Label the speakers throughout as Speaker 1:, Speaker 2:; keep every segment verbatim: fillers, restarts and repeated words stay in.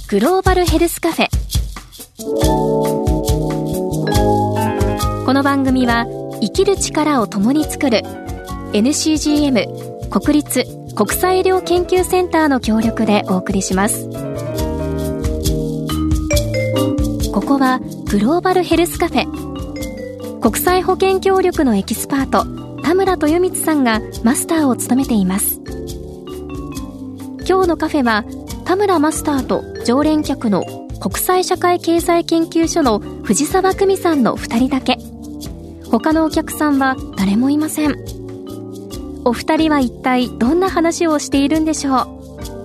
Speaker 1: グローバルヘルスカフェ。この番組は生きる力を共に作る エヌシージーエム 国立国際医療研究センターの協力でお送りします。ここはグローバルヘルスカフェ。国際保健協力のエキスパート田村豊光さんがマスターを務めています。今日のカフェは田村マスターと常連客の国際社会経済研究所の藤沢久美さんのふたりだけ。他のお客さんは誰もいません。お二人は一体どんな話をしているんでしょう。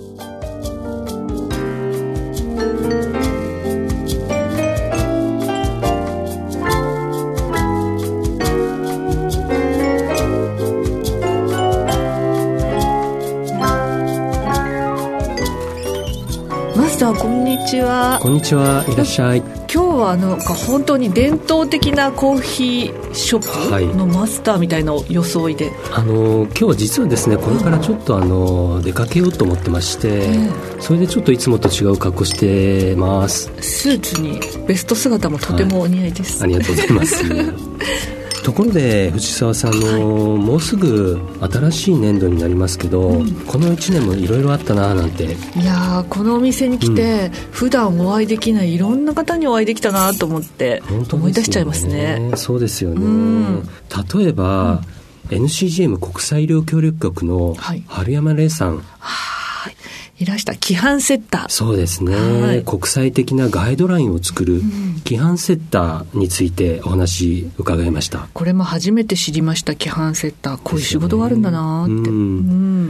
Speaker 2: マスター、こんにちは。
Speaker 3: こんにちは、いらっしゃい。
Speaker 2: 今日はなんか本当に伝統的なコーヒーショップのマスターみたいな装いで、はい、
Speaker 3: あの今日は実はですね、これからちょっとあの出かけようと思ってまして、うん、それでちょっといつもと違う格好してます。
Speaker 2: スーツにベスト姿もとてもお似合いです、
Speaker 3: はい、ありがとうございますところで藤沢さんの、はい、もうすぐ新しい年度になりますけど、うん、このいちねんもいろいろあったななんて。
Speaker 2: いやこのお店に来て、うん、普段お会いできないいろんな方にお会いできたなと思って思い出しちゃいますね。
Speaker 3: そうですよね、うん、例えば、うん、エヌシージーエム 国際医療協力局の春山玲さん、
Speaker 2: はい、いらした規範セッター。
Speaker 3: そうですね、はい、国際的なガイドラインを作る規範セッターについてお話伺いました。
Speaker 2: これも初めて知りました。規範セッター、こういう仕事があるんだなって、うんうん、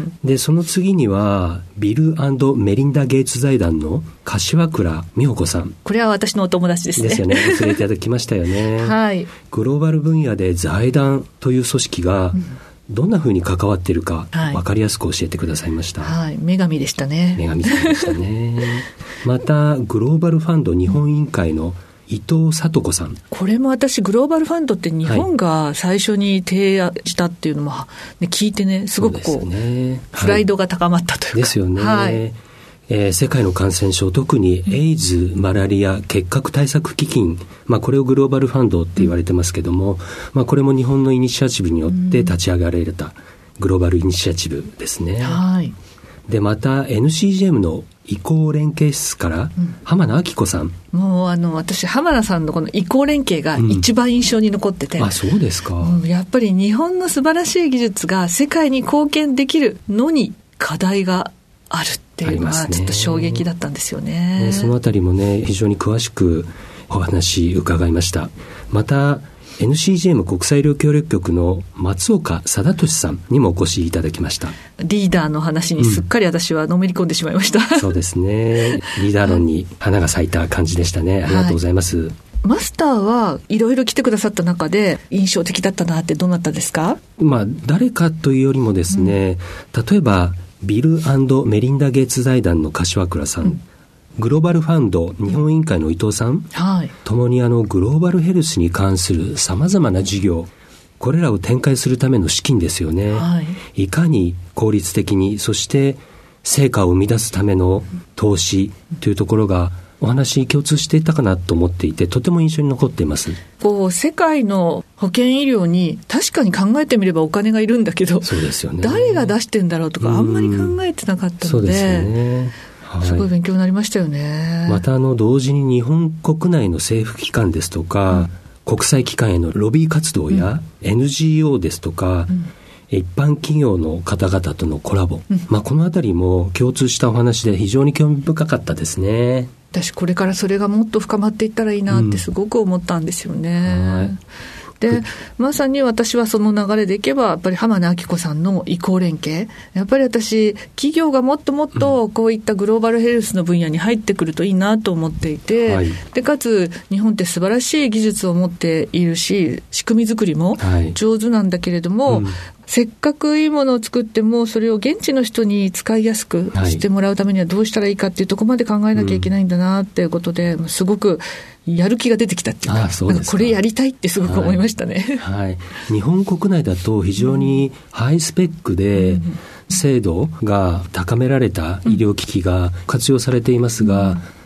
Speaker 3: でその次にはビル&メリンダ・ゲイツ財団の柏倉美穂子さん。
Speaker 2: これは私のお友達ですね。
Speaker 3: ですよね、忘れていただきましたよね
Speaker 2: はい、
Speaker 3: グローバル分野で財団という組織が、うん、どんな風に関わっているか、はい、分かりやすく教えてくださいました、
Speaker 2: はい、女神でしたね。
Speaker 3: 女神さんでしたねまたグローバルファンド日本委員会の伊藤聡子さん。
Speaker 2: これも私グローバルファンドって日本が最初に提案したっていうのも、ね、聞いてね、すごくこう、ね、プライドが高まったというか、
Speaker 3: ですよね、
Speaker 2: はい、
Speaker 3: えー、世界の感染症、特にエイズ、マラリア結核対策基金、まあ、これをグローバルファンドって言われてますけども、まあ、これも日本のイニシアチブによって立ち上げられたグローバルイニシアチブですね、
Speaker 2: はい、
Speaker 3: でまた エヌシージーエム の移行連携室から浜名明子さん、
Speaker 2: うん、もうあの私浜名さんのこの移行連携が一番印象に残ってて、うん、
Speaker 3: あ、そうですか、
Speaker 2: うん、やっぱり日本の素晴らしい技術が世界に貢献できるのに課題があるっていうのはちょっと衝撃だったんですよ ね, ね
Speaker 3: そのあたりもね、非常に詳しくお話伺いました。また エヌシージーエム 国際医療協力局の松岡貞俊さんにもお越しいただきました。
Speaker 2: リーダーの話にすっかり私はのめり込んでしまいました、
Speaker 3: うん、そうですね、リーダー論に花が咲いた感じでしたね。ありがとうございます、はい。
Speaker 2: マスターはいろいろ来てくださった中で印象的だったなってどなたですか？
Speaker 3: まあ、誰かというよりもですね、うん、例えばビル&メリンダ・ゲイツ財団の柏倉さん、うん、グローバルファンド日本委員会の伊藤さん、はい、共にあのグローバルヘルスに関するさまざまな事業、これらを展開するための資金ですよね、はい、いかに効率的に、そして成果を生み出すための投資というところがお話共通していたかなと思っていて、とても印象に残っています。
Speaker 2: こう世界の保健医療に確かに考えてみればお金がいるんだけど、
Speaker 3: そうですよね、
Speaker 2: 誰が出してんだろうとかあんまり考えてなかったので、そうですよね、はい、すごい勉強になりましたよね。
Speaker 3: またあの同時に日本国内の政府機関ですとか、うん、国際機関へのロビー活動や、うん、エヌジーオー ですとか、うん、一般企業の方々とのコラボ、うん、まあ、このあたりも共通したお話で非常に興味深かったですね。
Speaker 2: 私これからそれがもっと深まっていったらいいなってすごく思ったんですよね、うん、はい、でまさに私はその流れでいけばやっぱり浜名明子さんの移行連携、やっぱり私企業がもっともっとこういったグローバルヘルスの分野に入ってくるといいなと思っていて、うん、はい、でかつ日本って素晴らしい技術を持っているし仕組み作りも上手なんだけれども、はい、うん、せっかくいいものを作ってもそれを現地の人に使いやすくしてもらうためにはどうしたらいいかっていうところまで考えなきゃいけないんだなっていうことで、うん、すごくやる気が出てきたっていうか、ああ、そうですか、なんかこれやりたいってすごく思いましたね、
Speaker 3: はいはい、日本国内だと非常にハイスペックで精度が高められた医療機器が活用されていますが、うん、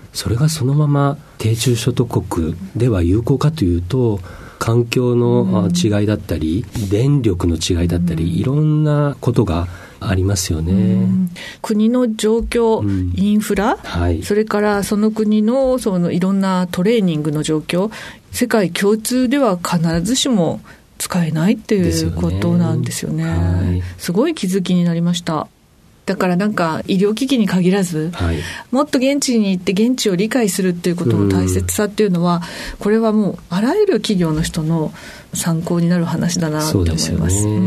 Speaker 3: それがそのまま低中所得国では有効かというと、環境の違いだったり、うん、電力の違いだったり、うん、いろんなことがありますよね、うん、
Speaker 2: 国の状況、うん、インフラ、はい、それからその国 の, そのいろんなトレーニングの状況、世界共通では必ずしも使えないっていうことなんですよね。ですよね、はい、すごい気づきになりました。だからなんか医療機器に限らず、はい、もっと現地に行って現地を理解するっていうことの大切さっていうのは、これはもうあらゆる企業の人の参考になる話だなと思います。そうですよね、うん、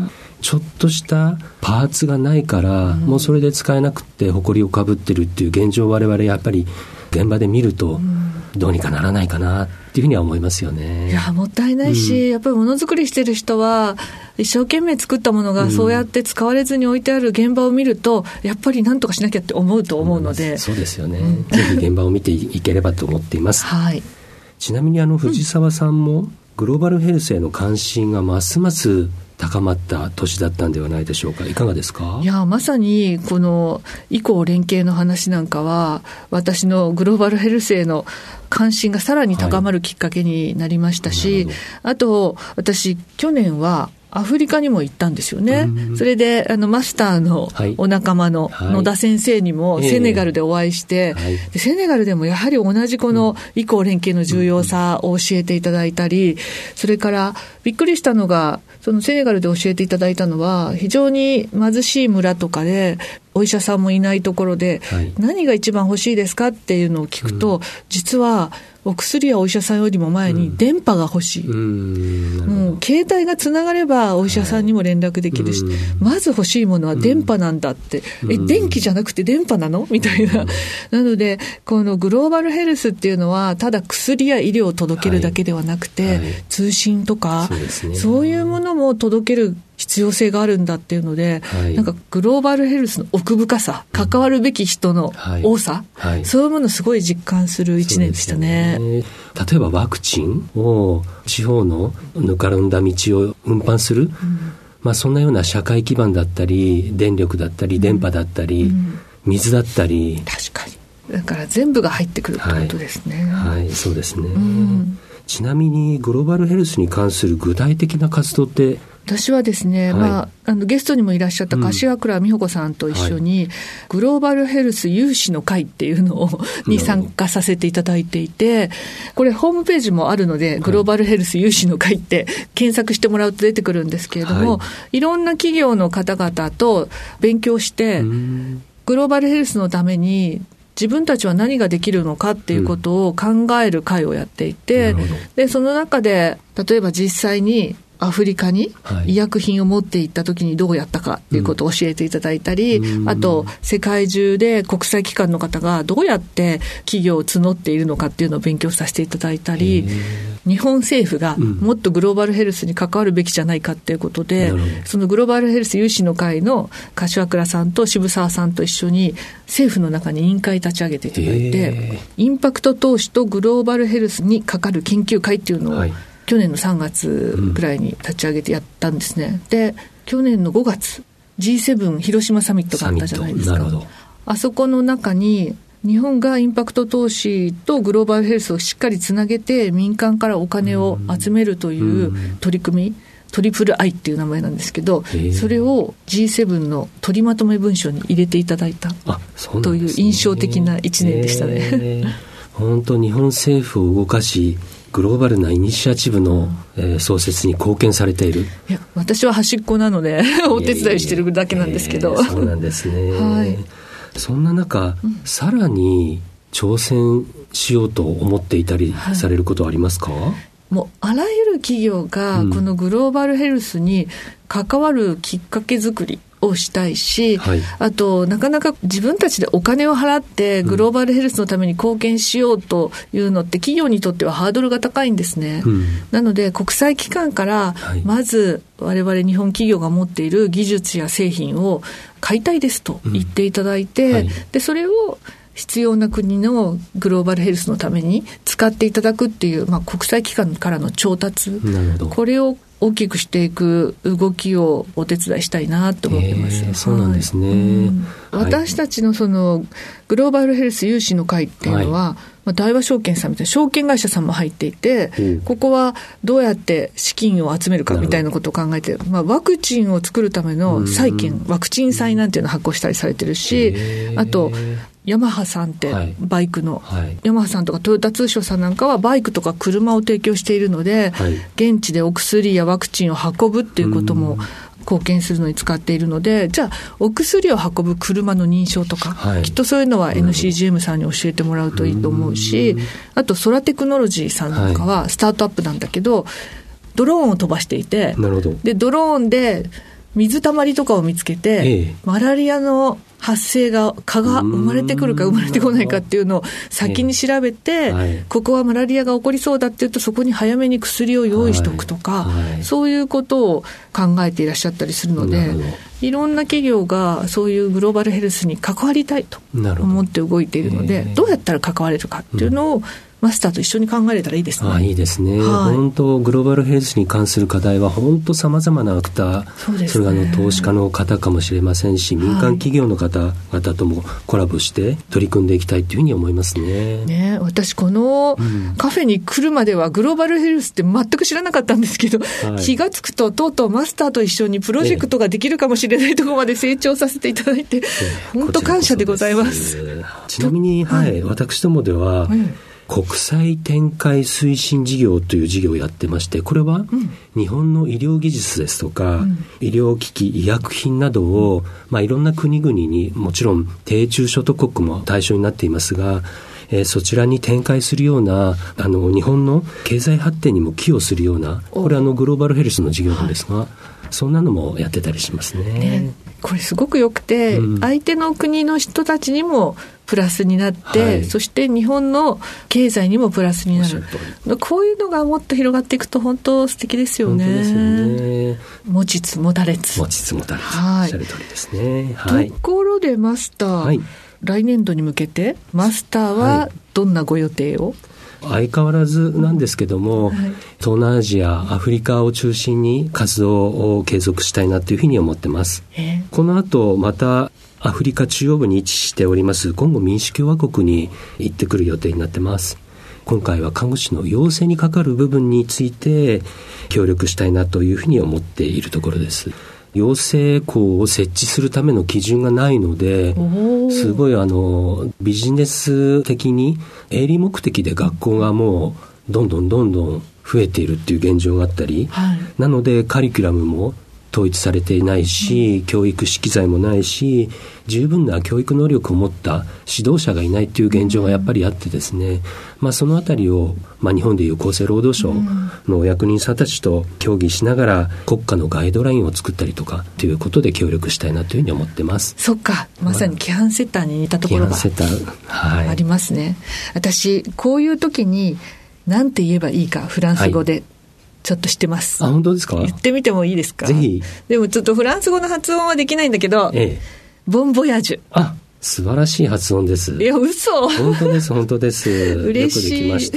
Speaker 3: ちょっとしたパーツがないから、うん、もうそれで使えなくって埃をかぶってるっていう現状を我々やっぱり現場で見ると、どうにかならないかなっていうふうには思いますよね。
Speaker 2: いや、もったいないし、うん、やっぱりものづくりしてる人は一生懸命作ったものがそうやって使われずに置いてある現場を見ると、やっぱり何とかしなきゃって思うと思うので、
Speaker 3: そうですよね、うん、ぜひ現場を見ていければと思っています、はい、ちなみにあの藤沢さんもグローバルヘルスへの関心がますます高まった年だったんではないでしょうか。いかがですか。
Speaker 2: いや、まさにこの以降連携の話なんかは、私のグローバルヘルスへの関心がさらに高まるきっかけになりましたし、はい、あと私去年はアフリカにも行ったんですよね。それであのマスターのお仲間の野田先生にもセネガルでお会いして、はいはい、でセネガルでもやはり同じこの以降連携の重要さを教えていただいたり、それからびっくりしたのが、そのセネガルで教えていただいたのは、非常に貧しい村とかでお医者さんもいないところで、はい、何が一番欲しいですかっていうのを聞くと、うん、実はお薬やお医者さんよりも前に電波が欲しい、うんうん、携帯がつながればお医者さんにも連絡できるし、はい、まず欲しいものは電波なんだって、うん、え電気じゃなくて電波なのみたいな、うん、なのでこのグローバルヘルスっていうのはただ薬や医療を届けるだけではなくて、はいはい、通信とか そうですね、そういうものも届ける必要性があるんだっていうので、はい、なんかグローバルヘルスの奥深さ、関わるべき人の多さ、はいはい、そういうものをすごい実感するいちねんでしたね。
Speaker 3: 例えばワクチンを地方のぬかるんだ道を運搬する、うん、まあ、そんなような社会基盤だったり電力だったり電波だったり、うん、水だったり、
Speaker 2: 確かにだから全部が入ってくるってことですね。
Speaker 3: はい、はい、そうですね、うん、ちなみにグローバルヘルスに関する具体的な活動って、
Speaker 2: 私はですね、はい、まあ、あのゲストにもいらっしゃった柏倉美穂子さんと一緒に、うん、グローバルヘルス有志の会っていうのをに参加させていただいていて、これホームページもあるので、はい、グローバルヘルス有志の会って検索してもらうと出てくるんですけれども、はい、いろんな企業の方々と勉強して、グローバルヘルスのために自分たちは何ができるのかっていうことを考える会をやっていて、うん、でその中で例えば実際にアフリカに医薬品を持っていった時にどうやったかっていうことを教えていただいたり、うん、あと世界中で国際機関の方がどうやって企業を募っているのかっていうのを勉強させていただいたり、日本政府がもっとグローバルヘルスに関わるべきじゃないかっていうことで、うん、そのグローバルヘルス有志の会の柏倉さんと渋沢さんと一緒に政府の中に委員会立ち上げていただいて、インパクト投資とグローバルヘルスに関わる研究会っていうのを、はい、去年のさんがつくらいに立ち上げてやったんですね、うん、で去年のごがつ ジーセブン 広島サミットがあったじゃないですか。あそこの中に日本がインパクト投資とグローバルヘルスをしっかりつなげて民間からお金を集めるという取り組み、トリプルアイっていう名前なんですけど、それを ジーセブン の取りまとめ文書に入れていただいたという印象的ないちねんでしたね。
Speaker 3: 本当日本政府を動かしグローバルなイニシアチブの、えー、創設に貢献されている。
Speaker 2: いや、私は端っこなのでお手伝いしてるだけなんですけど。
Speaker 3: いやいやいや、そうなんですね、はい、そんな中、うん、さらに挑戦しようと思っていたりされることはありますか？はい、
Speaker 2: もうあらゆる企業がこのグローバルヘルスに関わるきっかけ作りをしたいし、はい、あとなかなか自分たちでお金を払ってグローバルヘルスのために貢献しようというのって企業にとってはハードルが高いんですね、うん、なので国際機関からまず我々日本企業が持っている技術や製品を買いたいですと言っていただいて、うん、はい、でそれを必要な国のグローバルヘルスのために使っていただくっていう、まあ、国際機関からの調達、これを大きくしていく動きをお手伝いしたいなと思ってます。
Speaker 3: えー、そうなんですね、はい、うん、
Speaker 2: 私たちのそのグローバルヘルス有志の会っていうのは、はい、まあ、大和証券さんみたいな証券会社さんも入っていて、うん、ここはどうやって資金を集めるかみたいなことを考えて、まあ、ワクチンを作るための債券、ワクチン債なんていうのを発行したりされてるし、あとヤマハさんってバイクの、はいはい、ヤマハさんとかトヨタ通商さんなんかはバイクとか車を提供しているので、はい、現地でお薬やワクチンを運ぶっていうことも貢献するのに使っているので、じゃあお薬を運ぶ車の認証とか、はい、きっとそういうのは エヌシージーエム さんに教えてもらうといいと思うし、あとソラテクノロジーさんなんかはスタートアップなんだけど、ドローンを飛ばしていて、
Speaker 3: なるほど、
Speaker 2: でドローンで水たまりとかを見つけて、ええ、マラリアの発生が蚊が生まれてくるか生まれてこないかっていうのを先に調べて、ええ、はい、ここはマラリアが起こりそうだっていうとそこに早めに薬を用意しておくとか、はいはい、そういうことを考えていらっしゃったりするので、いろんな企業がそういうグローバルヘルスに関わりたいと思って動いているので、ど, どうやったら関われるかっていうのを、うん、マスターと一緒に考えれたらいいですね。
Speaker 3: ああ、いいですね、はい、本当グローバルヘルスに関する課題は本当さまざまなアクター、 そ,、ね、それがあの投資家の方かもしれませんし、民間企業の方々ともコラボして取り組んでいきたいというふうに思いますね。
Speaker 2: ね、私このカフェに来るまではグローバルヘルスって全く知らなかったんですけど、はい、気がつくととうとうマスターと一緒にプロジェクトができるかもしれないところまで成長させていただいて、本当感謝でございます。
Speaker 3: ちなみに、はいはい、私どもでは、はい、国際展開推進事業という事業をやってまして、これは日本の医療技術ですとか、うん、医療機器医薬品などを、まあ、いろんな国々にもちろん低中所得国も対象になっていますが、えー、そちらに展開するようなあの日本の経済発展にも寄与するような、これはあのグローバルヘルスの事業なんですが、はい、そんなのもやってたりしますね。ね、
Speaker 2: これすごくよくて、うん、相手の国の人たちにもプラスになって、はい、そして日本の経済にもプラスになる。こういうのがもっと広がっていくと本当素敵ですよね。本当ですよね。持ちつ持たれつ。
Speaker 3: 持ちつ持たれつ。はい、おっしゃる通りですね。
Speaker 2: はい、ところでマスター、はい、来年度に向けてマスターはどんなご予定を？
Speaker 3: はい、相変わらずなんですけども、はい、東南アジア、アフリカを中心に活動を継続したいなというふうに思ってます。この後またアフリカ中央部に位置しておりますコンゴ民主共和国に行ってくる予定になってます。今回は看護師の養成にかかる部分について協力したいなというふうに思っているところです。養成校を設置するための基準がないので、すごいあのビジネス的に営利目的で学校がもうどんどんどんどん増えているっていう現状があったり、はい、なのでカリキュラムも統一されていないし、うん、教育機材もないし、十分な教育能力を持った指導者がいないという現状がやっぱりあってですね、うん、まあ、そのあたりを、まあ、日本でいう厚生労働省のお役人さんたちと協議しながら国家のガイドラインを作ったりとかということで協力したいなというふうに思ってます。
Speaker 2: そっか、まさに規範セッターに似たところがありますね。はい、私こういう時に何て言えばいいかフランス語で、はい、ちょっと知ってます。
Speaker 3: あ、本当ですか？
Speaker 2: 言ってみてもいいですか？
Speaker 3: ぜひ。
Speaker 2: でもちょっとフランス語の発音はできないんだけど、ええ、ボンボヤージュ。
Speaker 3: あ、素晴らしい発音です。
Speaker 2: いや、嘘。
Speaker 3: 本当です本当です。
Speaker 2: 嬉しい。
Speaker 3: よくできました。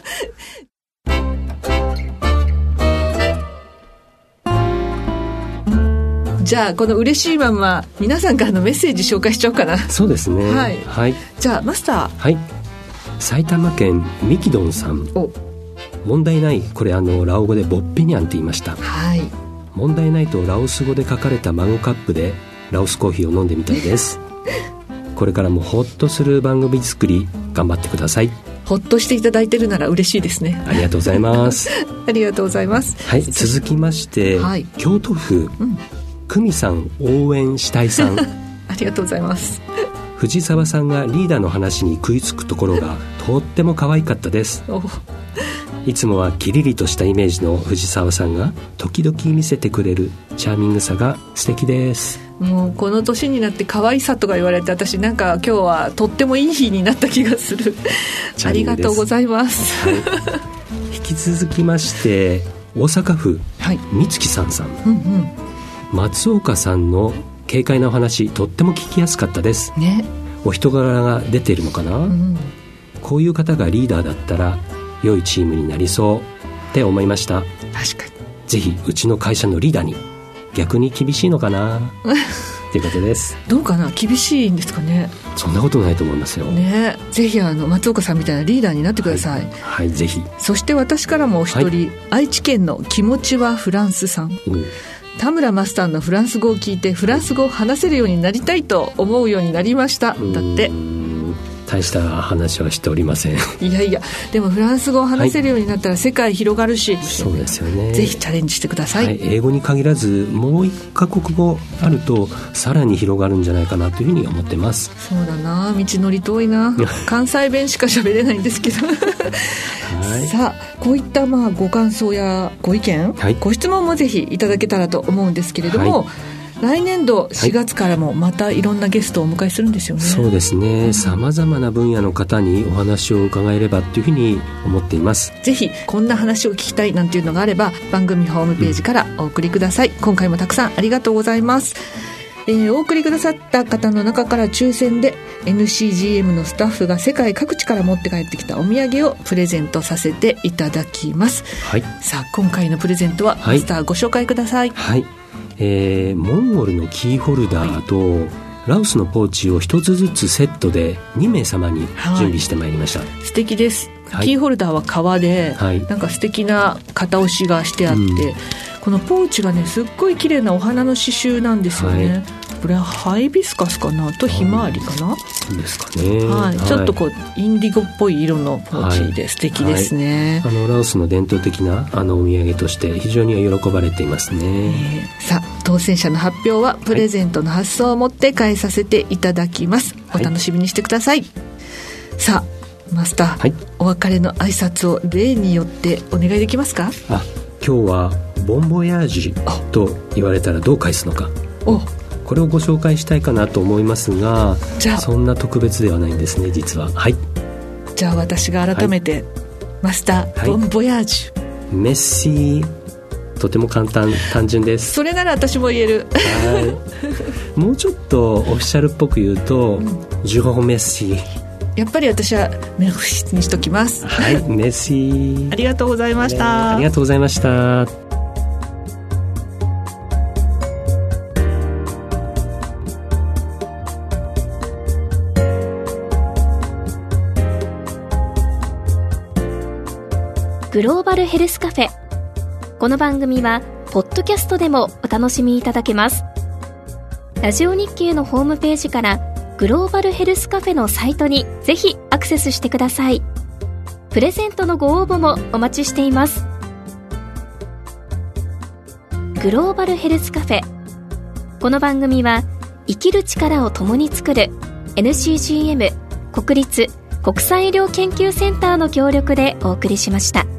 Speaker 2: じゃあこの嬉しいまま皆さんからのメッセージ紹介しちゃおうかな。
Speaker 3: そうですね。
Speaker 2: はい。はい、じゃあマスター。
Speaker 3: はい。埼玉県ミキドンさん。お。問題ない、これあのラオ語でボッペニャンって言いました。はい。問題ないとラオス語で書かれたマグカップでラオスコーヒーを飲んでみたいです。これからもホッとする番組作り頑張ってください。
Speaker 2: ホッとしていただいてるなら嬉しいですね。
Speaker 3: ありがとうございます。
Speaker 2: ありがとうございます。
Speaker 3: はい、続きまして、はい、京都府、うん、久美さん応援したいさん。
Speaker 2: ありがとうございます。
Speaker 3: 藤沢さんがリーダーの話に食いつくところがとっても可愛かったです。いつもはキリリとしたイメージの藤沢さんが時々見せてくれるチャーミングさが素敵です。
Speaker 2: もうこの年になって可愛さとか言われて、私なんか今日はとってもいい日になった気がする。ありがとうございます。はい、
Speaker 3: 引き続きまして大阪府、はい、三月さんさん、うんうん、松岡さんの軽快なお話とっても聞きやすかったです、ね、お人柄が出ているのかな、うん、こういう方がリーダーだったら良いチームになりそうって思いました。
Speaker 2: 確かに
Speaker 3: ぜひうちの会社のリーダーに。逆に厳しいのかなということです。
Speaker 2: どうかな、厳しいんですかね。
Speaker 3: そんなことないと思いますよ、
Speaker 2: ね、ぜひあの松岡さんみたいなリーダーになってください。
Speaker 3: はい、はい、ぜひ。
Speaker 2: そして私からもお一人、はい、愛知県の気持ちはフランスさん、うん、田村マスターのフランス語を聞いてフランス語を話せるようになりたいと思うようになりました。だって
Speaker 3: 大した話はしておりません。
Speaker 2: いやいや、でもフランス語を話せるようになったら世界広がるし、はい、
Speaker 3: そうですよね。
Speaker 2: ぜひチャレンジしてください、
Speaker 3: はい、英語に限らずもう一カ国語あるとさらに広がるんじゃないかなというふうに思ってます。
Speaker 2: そうだな、道のり遠いな関西弁しか喋れないんですけどはい、さあこういったまあご感想やご意見、はい、ご質問もぜひいただけたらと思うんですけれども、はい、来年度しがつからもまたいろんなゲストをお迎えするんですよね。
Speaker 3: はい、そうですね、さまざまな分野の方にお話を伺えればというふうに思っています。
Speaker 2: ぜひこんな話を聞きたいなんていうのがあれば番組ホームページからお送りください、うん、今回もたくさんありがとうございます。えー、お送りくださった方の中から抽選で エヌシージーエム のスタッフが世界各地から持って帰ってきたお土産をプレゼントさせていただきます。はい、さあ今回のプレゼントはマスターご紹介ください。
Speaker 3: はい、えー、モンゴルのキーホルダーと、はい、ラオスのポーチを一つずつセットでにめい様に準備してまいりました。はい、
Speaker 2: 素敵です。はい、キーホルダーは革で、はい、なんか素敵な型押しがしてあって、うん、このポーチがねすっごい綺麗なお花の刺繍なんですよね。はい、これはハイビスカスかなとひまわりかな
Speaker 3: ですかね。
Speaker 2: はい、ちょっとこうインディゴっぽい色のポーチで素敵ですね。
Speaker 3: はいはい、あのラオスの伝統的なあのお土産として非常に喜ばれていますね。
Speaker 2: えー、さあ当選者の発表はプレゼントの発送をもって返させていただきます。はい、お楽しみにしてください。さあマスター、はい、お別れの挨拶を例によってお願いできますか？
Speaker 3: あ、今日はボンボヤージュと言われたらどう返すのか、おこれをご紹介したいかなと思いますが、じゃあそんな特別ではないんですね実は。はい、
Speaker 2: じゃあ私が改めて、はい、マスター、はい、ボンボヤージ
Speaker 3: ュメッシー、とても簡単単純です。
Speaker 2: それなら私も言える。
Speaker 3: はい、もうちょっとオフィシャルっぽく言うと、うん、ジュゴメッシー。
Speaker 2: やっぱり私はメッシにしときます。
Speaker 3: はい、メッシー。
Speaker 2: ありがとうございました。
Speaker 3: ありがとうございました。
Speaker 1: グローバルヘルスカフェ。この番組はポッドキャストでもお楽しみいただけます。ラジオ日経のホームページからグローバルヘルスカフェのサイトにぜひアクセスしてください。プレゼントのご応募もお待ちしています。グローバルヘルスカフェ。この番組は生きる力を共に作る エヌシージーエム 国立国際医療研究センターの協力でお送りしました。